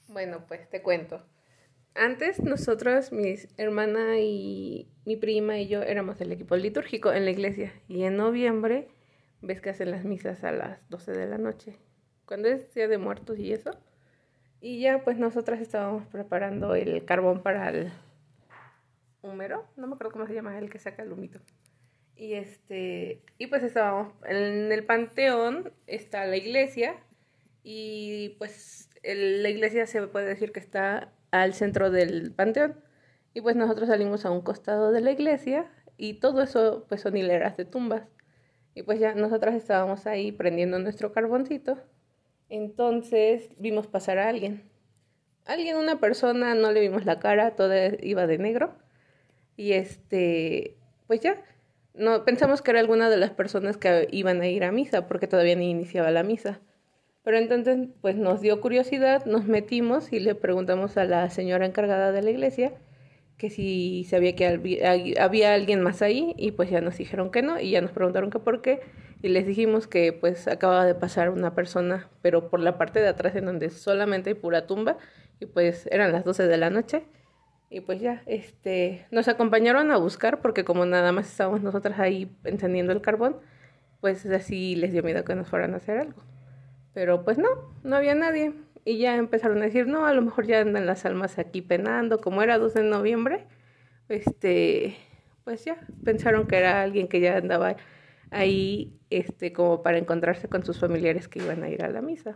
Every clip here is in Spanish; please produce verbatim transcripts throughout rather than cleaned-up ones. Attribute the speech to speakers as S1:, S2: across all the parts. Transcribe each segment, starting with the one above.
S1: Bueno, pues te cuento. Antes nosotros, mi hermana y mi prima y yo éramos el equipo litúrgico en la iglesia. Y en noviembre ves que hacen las misas a las doce de la noche. Cuando es Día de Muertos y eso. Y ya pues nosotras estábamos preparando el carbón para el húmero. No me acuerdo cómo se llama el que saca el humito. Y este y pues estábamos en el panteón, está la iglesia. Y pues el- la iglesia se puede decir que está al centro del panteón. Y pues nosotros salimos a un costado de la iglesia y todo eso pues son hileras de tumbas. Y pues ya nosotras estábamos ahí prendiendo nuestro carboncito. Entonces vimos pasar a alguien. Alguien, una persona, no le vimos la cara, toda iba de negro. Y este, pues ya, no pensamos que era alguna de las personas que iban a ir a misa, porque todavía ni iniciaba la misa. Pero entonces, pues nos dio curiosidad, nos metimos y le preguntamos a la señora encargada de la iglesia que si sabía que había alguien más ahí, y pues ya nos dijeron que no, y ya nos preguntaron que por qué, y les dijimos que pues acababa de pasar una persona, pero por la parte de atrás en donde solamente hay pura tumba, y pues eran las doce de la noche, y pues ya, este, nos acompañaron a buscar, porque como nada más estábamos nosotras ahí encendiendo el carbón, pues así les dio miedo que nos fueran a hacer algo. Pero pues no, no había nadie. Y ya empezaron a decir, no, a lo mejor ya andan las almas aquí penando, como era dos de noviembre, este, pues ya, pensaron que era alguien que ya andaba ahí, este, como para encontrarse con sus familiares que iban a ir a la misa.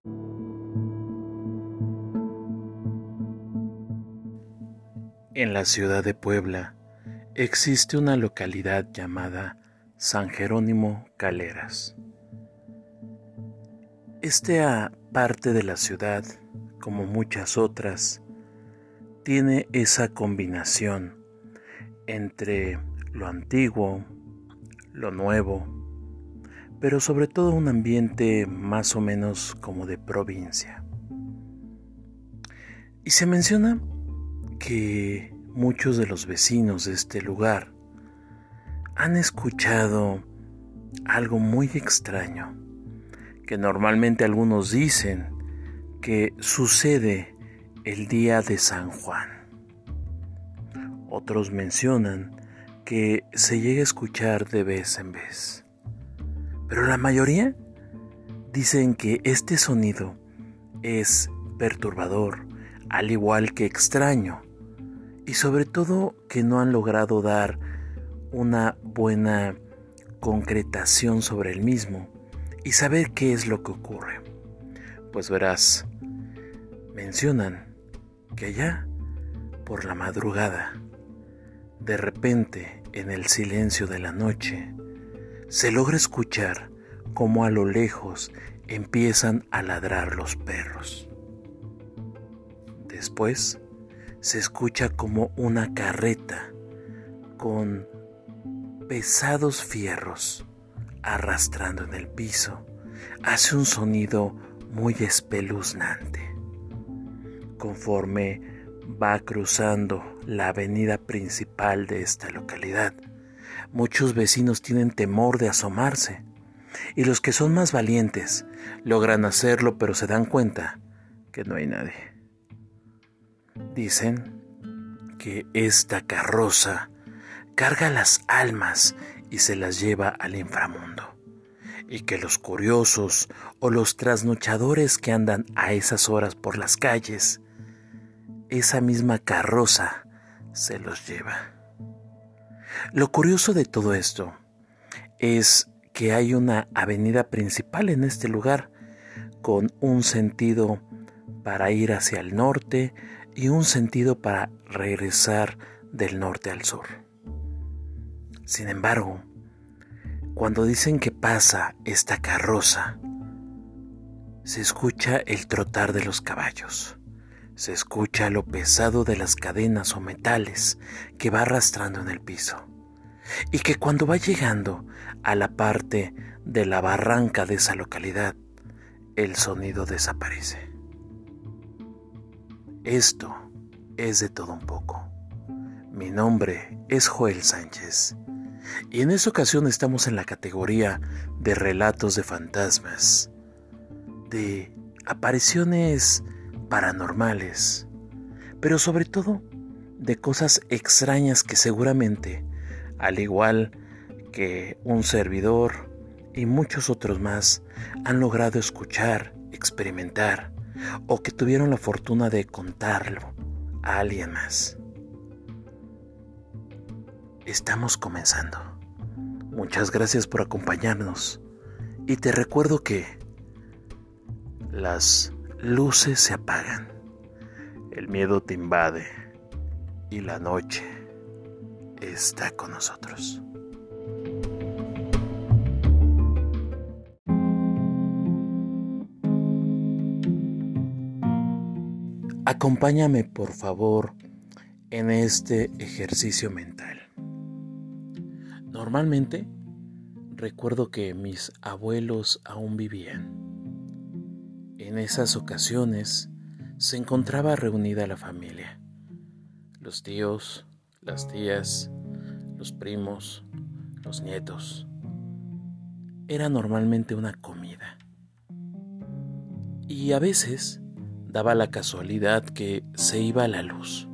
S2: En la ciudad de Puebla existe una localidad llamada San Jerónimo Caleras. Esta parte de la ciudad, como muchas otras, tiene esa combinación entre lo antiguo, lo nuevo, pero sobre todo un ambiente más o menos como de provincia. Y se menciona que muchos de los vecinos de este lugar han escuchado algo muy extraño, que normalmente algunos dicen que sucede el día de San Juan. Otros mencionan que se llega a escuchar de vez en vez. Pero la mayoría dicen que este sonido es perturbador, al igual que extraño, y sobre todo que no han logrado dar una buena concretación sobre el mismo y saber qué es lo que ocurre. Pues verás, mencionan que allá, por la madrugada, de repente, en el silencio de la noche, se logra escuchar cómo a lo lejos empiezan a ladrar los perros. Después, se escucha como una carreta con pesados fierros arrastrando en el piso hace un sonido muy espeluznante. Conforme va cruzando la avenida principal de esta localidad, muchos vecinos tienen temor de asomarse, y los que son más valientes logran hacerlo, pero se dan cuenta que no hay nadie. Dicen que esta carroza carga las almas y se las lleva al inframundo, y que los curiosos o los trasnochadores que andan a esas horas por las calles, esa misma carroza se los lleva. Lo curioso de todo esto es que hay una avenida principal en este lugar con un sentido para ir hacia el norte y un sentido para regresar del norte al sur. Sin embargo, cuando dicen que pasa esta carroza, se escucha el trotar de los caballos, se escucha lo pesado de las cadenas o metales que va arrastrando en el piso, y que cuando va llegando a la parte de la barranca de esa localidad, el sonido desaparece. Esto es de todo un poco. Mi nombre es Joel Sánchez, y en esta ocasión estamos en la categoría de relatos de fantasmas, de apariciones paranormales, pero sobre todo de cosas extrañas que seguramente, al igual que un servidor y muchos otros más, han logrado escuchar, experimentar o que tuvieron la fortuna de contarlo a alguien más. Estamos comenzando. Muchas gracias por acompañarnos y te recuerdo que las luces se apagan, el miedo te invade y la noche está con nosotros. Acompáñame por favor en este ejercicio mental. Normalmente recuerdo que mis abuelos aún vivían. En esas ocasiones se encontraba reunida la familia, los tíos, las tías, los primos, los nietos. Era normalmente una comida. Y a veces daba la casualidad que se iba la luz.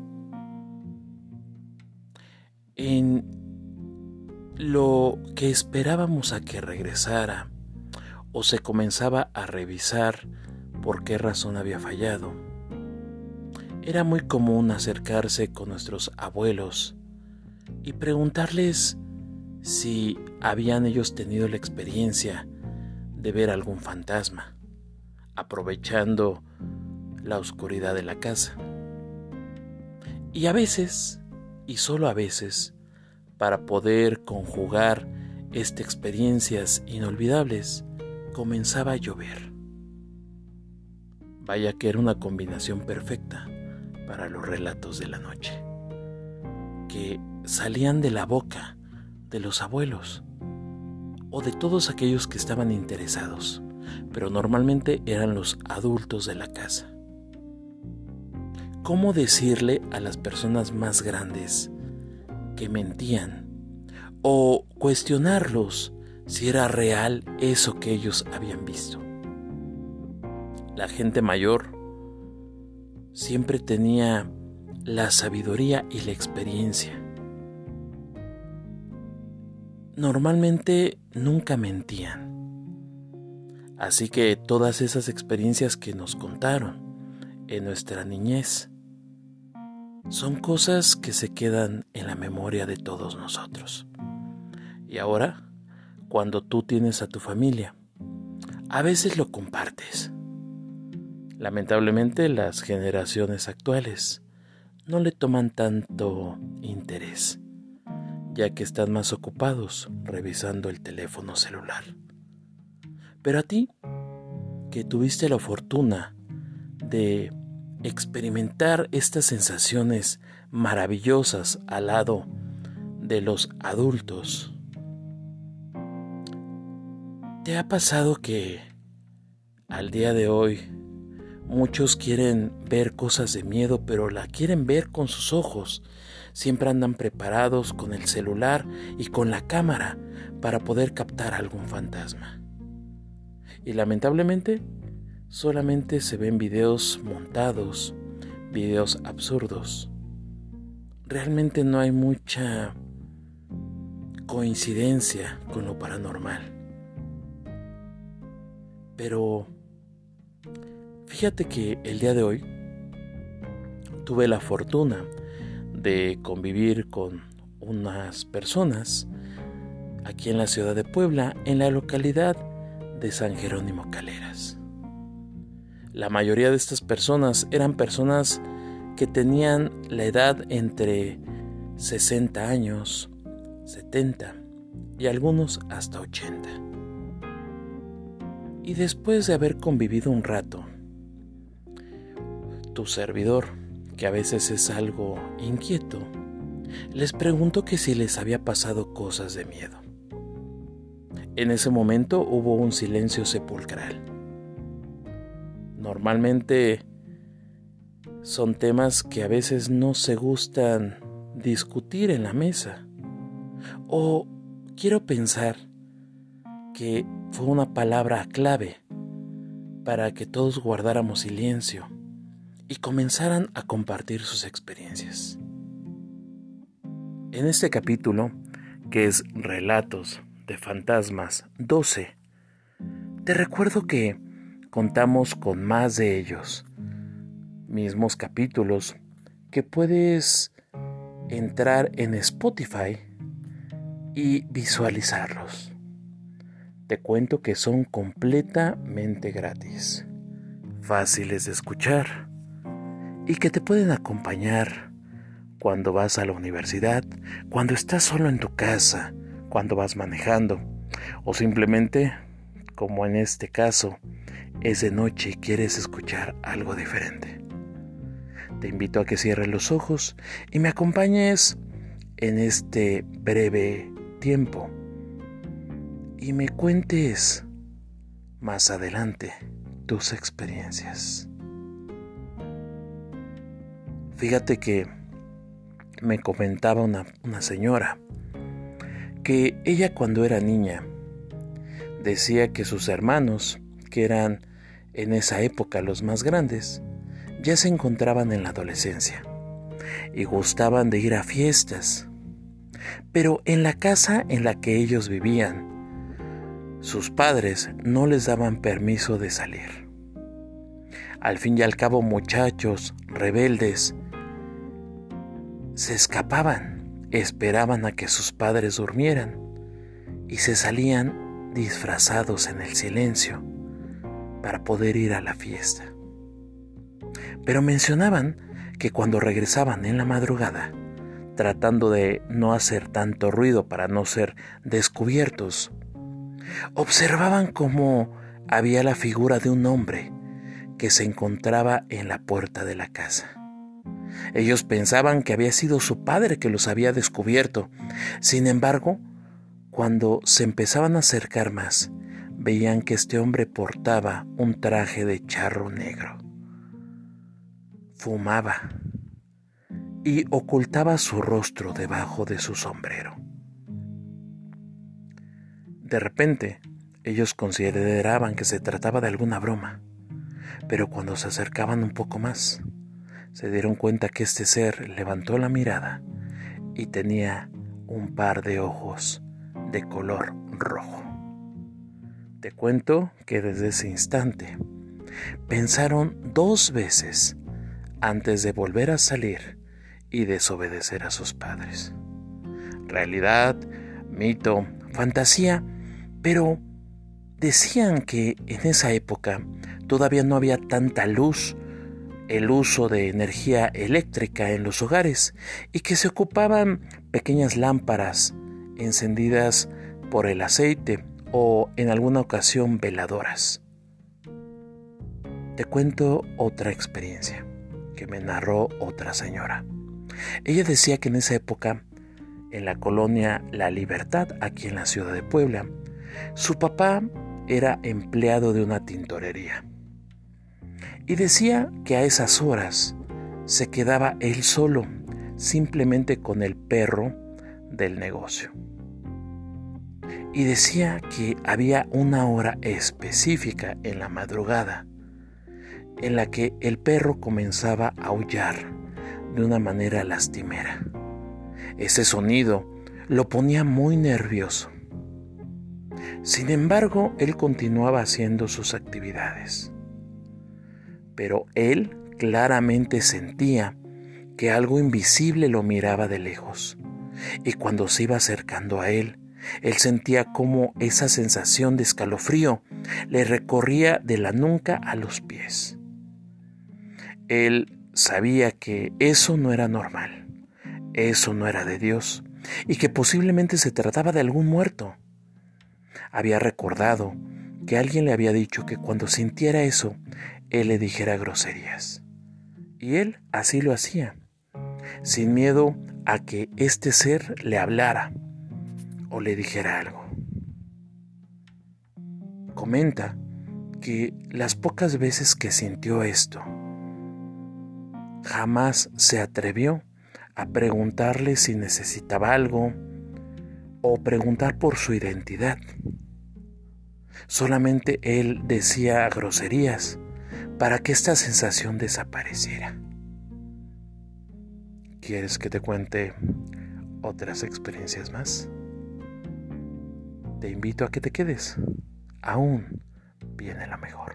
S2: En lo que esperábamos a que regresara o se comenzaba a revisar por qué razón había fallado, era muy común acercarse con nuestros abuelos y preguntarles si habían ellos tenido la experiencia de ver algún fantasma, aprovechando la oscuridad de la casa. Y a veces, y solo a veces, para poder conjugar estas experiencias inolvidables, comenzaba a llover. Vaya que era una combinación perfecta para los relatos de la noche, que salían de la boca de los abuelos o de todos aquellos que estaban interesados, pero normalmente eran los adultos de la casa. ¿Cómo decirle a las personas más grandes que mentían o cuestionarlos si era real eso que ellos habían visto? La gente mayor siempre tenía la sabiduría y la experiencia. Normalmente nunca mentían. Así que todas esas experiencias que nos contaron en nuestra niñez son cosas que se quedan en la memoria de todos nosotros. Y ahora, cuando tú tienes a tu familia, a veces lo compartes. Lamentablemente, las generaciones actuales no le toman tanto interés, ya que están más ocupados revisando el teléfono celular. Pero a ti, que tuviste la fortuna de experimentar estas sensaciones maravillosas al lado de los adultos, ¿te ha pasado que al día de hoy muchos quieren ver cosas de miedo, pero la quieren ver con sus ojos? Siempre andan preparados con el celular y con la cámara para poder captar algún fantasma. Y lamentablemente solamente se ven videos montados, videos absurdos. Realmente no hay mucha coincidencia con lo paranormal. Pero fíjate que el día de hoy tuve la fortuna de convivir con unas personas aquí en la ciudad de Puebla, en la localidad de San Jerónimo Caleras. La mayoría de estas personas eran personas que tenían la edad entre sesenta años, setenta y algunos hasta ochenta. Y después de haber convivido un rato, tu servidor, que a veces es algo inquieto, les preguntó que si les había pasado cosas de miedo. En ese momento hubo un silencio sepulcral. Normalmente son temas que a veces no se gustan discutir en la mesa. O quiero pensar que fue una palabra clave para que todos guardáramos silencio y comenzaran a compartir sus experiencias. En este capítulo, que es Relatos de Fantasmas doce, te recuerdo que contamos con más de ellos, mismos capítulos que puedes entrar en Spotify y visualizarlos. Te cuento que son completamente gratis, fáciles de escuchar y que te pueden acompañar cuando vas a la universidad, cuando estás solo en tu casa, cuando vas manejando o simplemente, como en este caso, es de noche y quieres escuchar algo diferente. Te invito a que cierres los ojos y me acompañes en este breve tiempo y me cuentes más adelante tus experiencias. Fíjate que me comentaba una, una señora que ella cuando era niña decía que sus hermanos, que eran en esa época los más grandes, ya se encontraban en la adolescencia y gustaban de ir a fiestas, pero en la casa en la que ellos vivían, sus padres no les daban permiso de salir. Al fin y al cabo, muchachos rebeldes se escapaban, esperaban a que sus padres durmieran y se salían disfrazados en el silencio para poder ir a la fiesta. Pero mencionaban que cuando regresaban en la madrugada, tratando de no hacer tanto ruido para no ser descubiertos, observaban cómo había la figura de un hombre que se encontraba en la puerta de la casa. Ellos pensaban que había sido su padre que los había descubierto. Sin embargo, cuando se empezaban a acercar más, veían que este hombre portaba un traje de charro negro. Fumaba y ocultaba su rostro debajo de su sombrero. De repente, ellos consideraban que se trataba de alguna broma, pero cuando se acercaban un poco más, se dieron cuenta que este ser levantó la mirada y tenía un par de ojos de color rojo. Te cuento que desde ese instante pensaron dos veces antes de volver a salir y desobedecer a sus padres. Realidad, mito, fantasía, pero decían que en esa época todavía no había tanta luz, el uso de energía eléctrica en los hogares y que se ocupaban pequeñas lámparas encendidas por el aceite o en alguna ocasión veladoras. Te cuento otra experiencia que me narró otra señora. Ella decía que en esa época, en la colonia La Libertad, aquí en la ciudad de Puebla, su papá era empleado de una tintorería. Y decía que a esas horas se quedaba él solo, simplemente con el perro del negocio. Y decía que había una hora específica en la madrugada en la que el perro comenzaba a aullar de una manera lastimera. Ese sonido lo ponía muy nervioso. Sin embargo, él continuaba haciendo sus actividades. Pero él claramente sentía que algo invisible lo miraba de lejos. Y cuando se iba acercando a él, él sentía cómo esa sensación de escalofrío le recorría de la nuca a los pies. Él sabía que eso no era normal, eso no era de Dios, y que posiblemente se trataba de algún muerto. Había recordado que alguien le había dicho que cuando sintiera eso, él le dijera groserías. Y él así lo hacía, sin miedo a que este ser le hablara o le dijera algo. Comenta que las pocas veces que sintió esto, jamás se atrevió a preguntarle si necesitaba algo o preguntar por su identidad. Solamente él decía groserías para que esta sensación desapareciera. ¿Quieres que te cuente otras experiencias más? Te invito a que te quedes. Aún viene la mejor.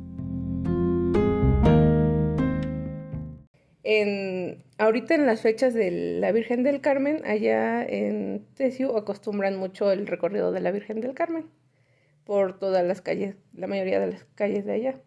S1: En, ahorita en las fechas de la Virgen del Carmen, allá en Teciu acostumbran mucho el recorrido de la Virgen del Carmen por todas las calles, la mayoría de las calles de allá.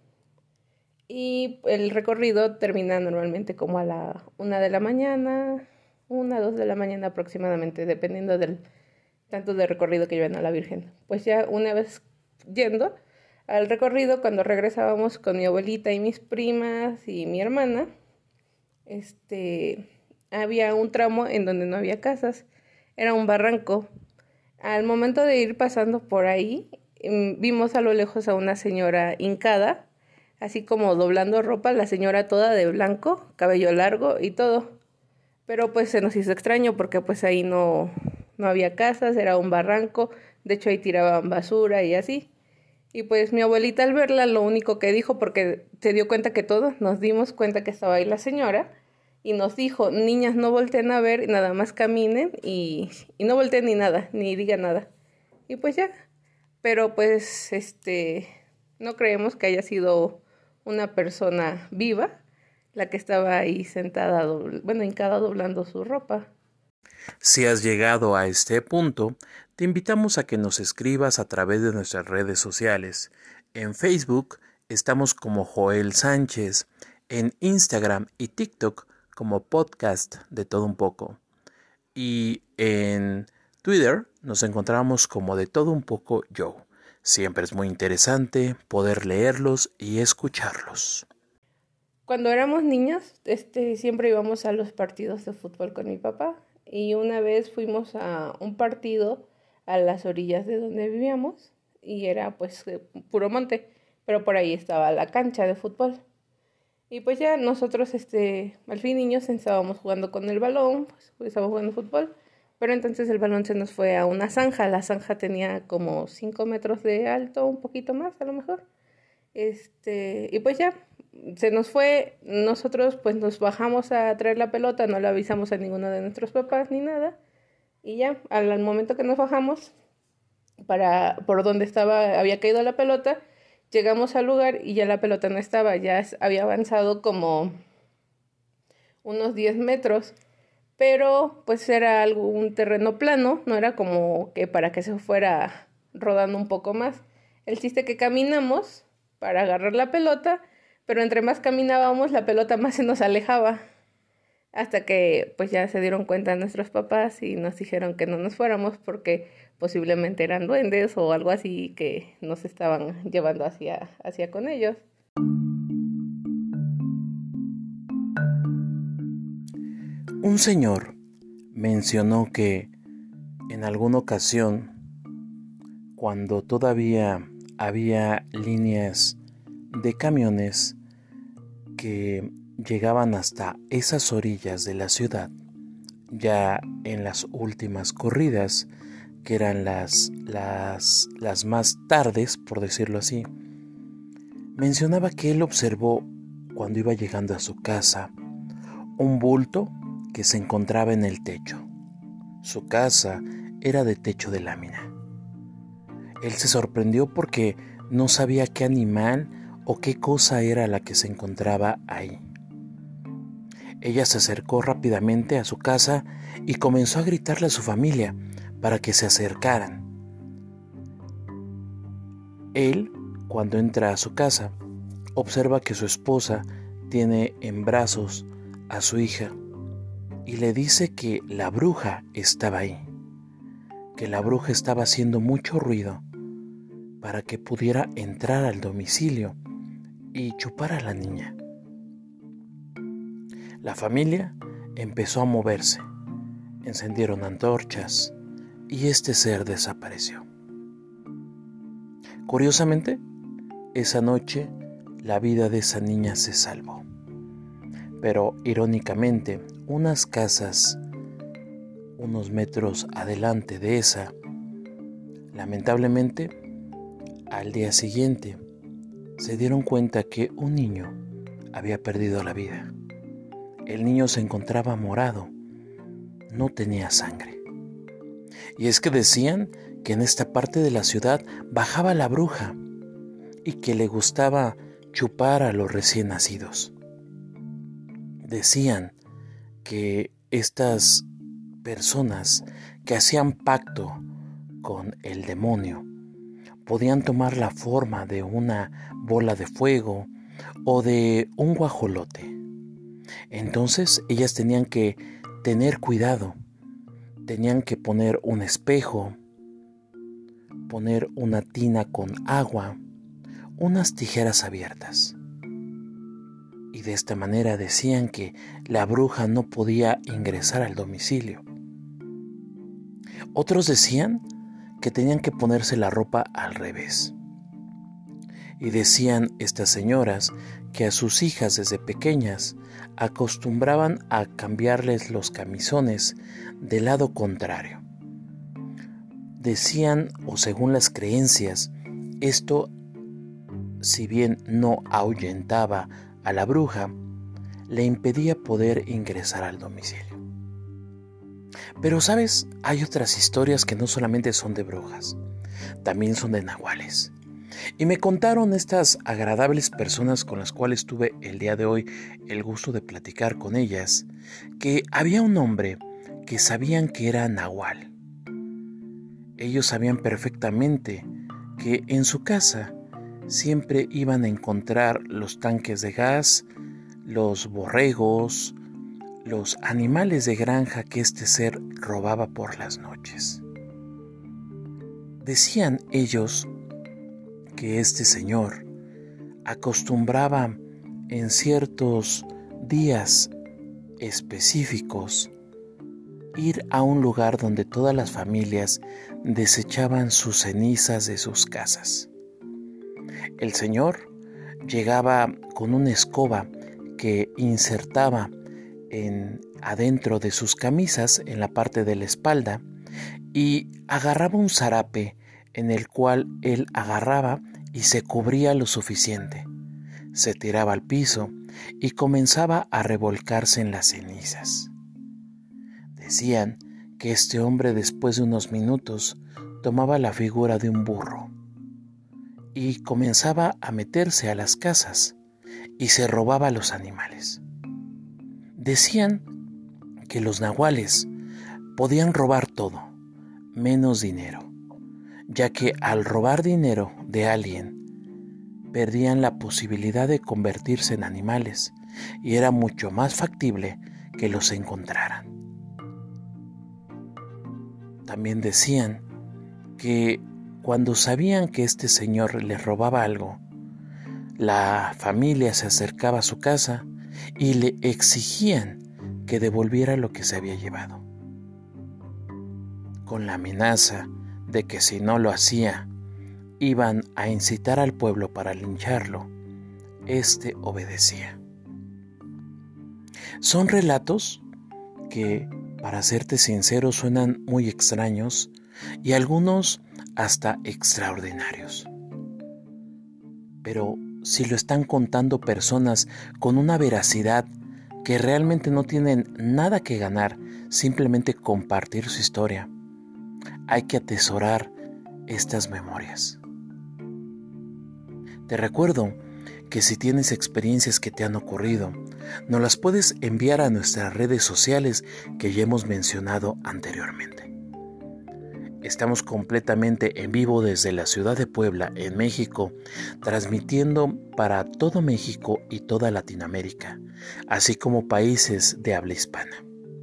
S1: Y el recorrido termina normalmente como a la una de la mañana, una, dos de la mañana aproximadamente, dependiendo del tanto de recorrido que lleven a la Virgen. Pues ya una vez yendo al recorrido, cuando regresábamos con mi abuelita y mis primas y mi hermana, este, había un tramo en donde no había casas, era un barranco. Al momento de ir pasando por ahí, vimos a lo lejos a una señora hincada, así como doblando ropa, la señora toda de blanco, cabello largo y todo. Pero pues se nos hizo extraño porque pues ahí no, no había casas, era un barranco, de hecho ahí tiraban basura y así. Y pues mi abuelita al verla lo único que dijo, porque se dio cuenta que todos nos dimos cuenta que estaba ahí la señora, y nos dijo, niñas, no volteen a ver, nada más caminen y, y no volteen ni nada, ni digan nada. Y pues ya, pero pues este, no creemos que haya sido una persona viva la que estaba ahí sentada, doble, bueno, hincada doblando su ropa.
S2: Si has llegado a este punto, te invitamos a que nos escribas a través de nuestras redes sociales. En Facebook estamos como Joel Sánchez, en Instagram y TikTok como podcast de todo un poco. Y en Twitter nos encontramos como de todo un poco Joe. Siempre es muy interesante poder leerlos y escucharlos.
S1: Cuando éramos niños, este, siempre íbamos a los partidos de fútbol con mi papá. Y una vez fuimos a un partido a las orillas de donde vivíamos. Y era pues puro monte, pero por ahí estaba la cancha de fútbol. Y pues ya nosotros, este, al fin niños, estábamos jugando con el balón, pues estábamos jugando fútbol. Pero entonces el balón se nos fue a una zanja. La zanja tenía como cinco metros de alto, un poquito más a lo mejor. Este, y pues ya, se nos fue. Nosotros pues nos bajamos a traer la pelota, no le avisamos a ninguno de nuestros papás ni nada. Y ya, al, al momento que nos bajamos, para, por donde estaba, había caído la pelota, llegamos al lugar y ya la pelota no estaba, ya había avanzado como unos diez metros. Pero pues era algo, un terreno plano, no era como que para que se fuera rodando un poco más. El chiste que caminamos para agarrar la pelota, pero entre más caminábamos la pelota más se nos alejaba. Hasta que pues ya se dieron cuenta nuestros papás y nos dijeron que no nos fuéramos porque posiblemente eran duendes o algo así que nos estaban llevando hacia, hacia con ellos.
S2: Un señor mencionó que en alguna ocasión, cuando todavía había líneas de camiones que llegaban hasta esas orillas de la ciudad, ya en las últimas corridas, que eran las, las, las más tardes, por decirlo así, mencionaba que él observó cuando iba llegando a su casa un bulto que se encontraba en el techo. Su casa era de techo de lámina. Él se sorprendió porque no sabía qué animal o qué cosa era la que se encontraba ahí. Ella se acercó rápidamente a su casa y comenzó a gritarle a su familia para que se acercaran. Él, cuando entra a su casa, observa que su esposa tiene en brazos a su hija y le dice que la bruja estaba ahí, que la bruja estaba haciendo mucho ruido para que pudiera entrar al domicilio y chupar a la niña. La familia empezó a moverse, encendieron antorchas y este ser desapareció. Curiosamente, esa noche la vida de esa niña se salvó. Pero irónicamente, unas casas unos metros adelante de esa, lamentablemente, al día siguiente se dieron cuenta que un niño había perdido la vida. El niño se encontraba morado, no tenía sangre. Y es que decían que en esta parte de la ciudad bajaba la bruja y que le gustaba chupar a los recién nacidos. Decían que estas personas que hacían pacto con el demonio podían tomar la forma de una bola de fuego o de un guajolote. Entonces ellas tenían que tener cuidado, tenían que poner un espejo, poner una tina con agua, unas tijeras abiertas. Y de esta manera decían que la bruja no podía ingresar al domicilio. Otros decían que tenían que ponerse la ropa al revés. Y decían estas señoras que a sus hijas desde pequeñas acostumbraban a cambiarles los camisones del lado contrario. Decían, o según las creencias, esto, si bien no ahuyentaba a la bruja, le impedía poder ingresar al domicilio. Pero sabes, hay otras historias que no solamente son de brujas, también son de nahuales. Y me contaron estas agradables personas con las cuales tuve el día de hoy el gusto de platicar con ellas, que había un hombre que sabían que era nahual. Ellos sabían perfectamente que en su casa siempre iban a encontrar los tanques de gas, los borregos, los animales de granja que este ser robaba por las noches. Decían ellos que este señor acostumbraba en ciertos días específicos ir a un lugar donde todas las familias desechaban sus cenizas de sus casas. El señor llegaba con una escoba que insertaba en, adentro de sus camisas, en la parte de la espalda, y agarraba un zarape en el cual él agarraba y se cubría lo suficiente. Se tiraba al piso y comenzaba a revolcarse en las cenizas. Decían que este hombre, después de unos minutos, tomaba la figura de un burro y comenzaba a meterse a las casas y se robaba a los animales. Decían que los nahuales podían robar todo, menos dinero, ya que al robar dinero de alguien, perdían la posibilidad de convertirse en animales y era mucho más factible que los encontraran. También decían que cuando sabían que este señor les robaba algo, la familia se acercaba a su casa y le exigían que devolviera lo que se había llevado, con la amenaza de que si no lo hacía, iban a incitar al pueblo para lincharlo. Este obedecía. Son relatos que, para serte sincero, suenan muy extraños y algunos hasta extraordinarios. Pero si lo están contando personas con una veracidad que realmente no tienen nada que ganar, simplemente compartir su historia, hay que atesorar estas memorias. Te recuerdo que si tienes experiencias que te han ocurrido, nos las puedes enviar a nuestras redes sociales que ya hemos mencionado anteriormente. Estamos completamente en vivo desde la ciudad de Puebla, en México, transmitiendo para todo México y toda Latinoamérica, así como países de habla hispana.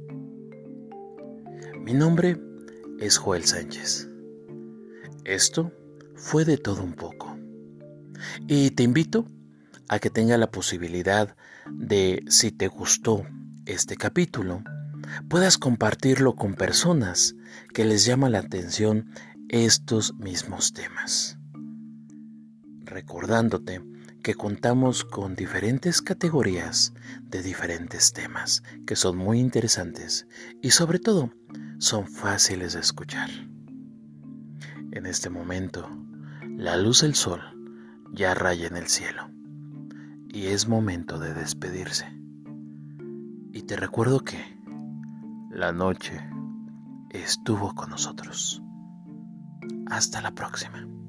S2: Mi nombre es Joel Sánchez. Esto fue de todo un poco. Y te invito a que tenga la posibilidad de, si te gustó este capítulo, puedas compartirlo con personas que les llama la atención estos mismos temas. Recordándote que contamos con diferentes categorías de diferentes temas que son muy interesantes y sobre todo son fáciles de escuchar. En este momento, la luz del sol ya raya en el cielo y es momento de despedirse. Y te recuerdo que la noche estuvo con nosotros. Hasta la próxima.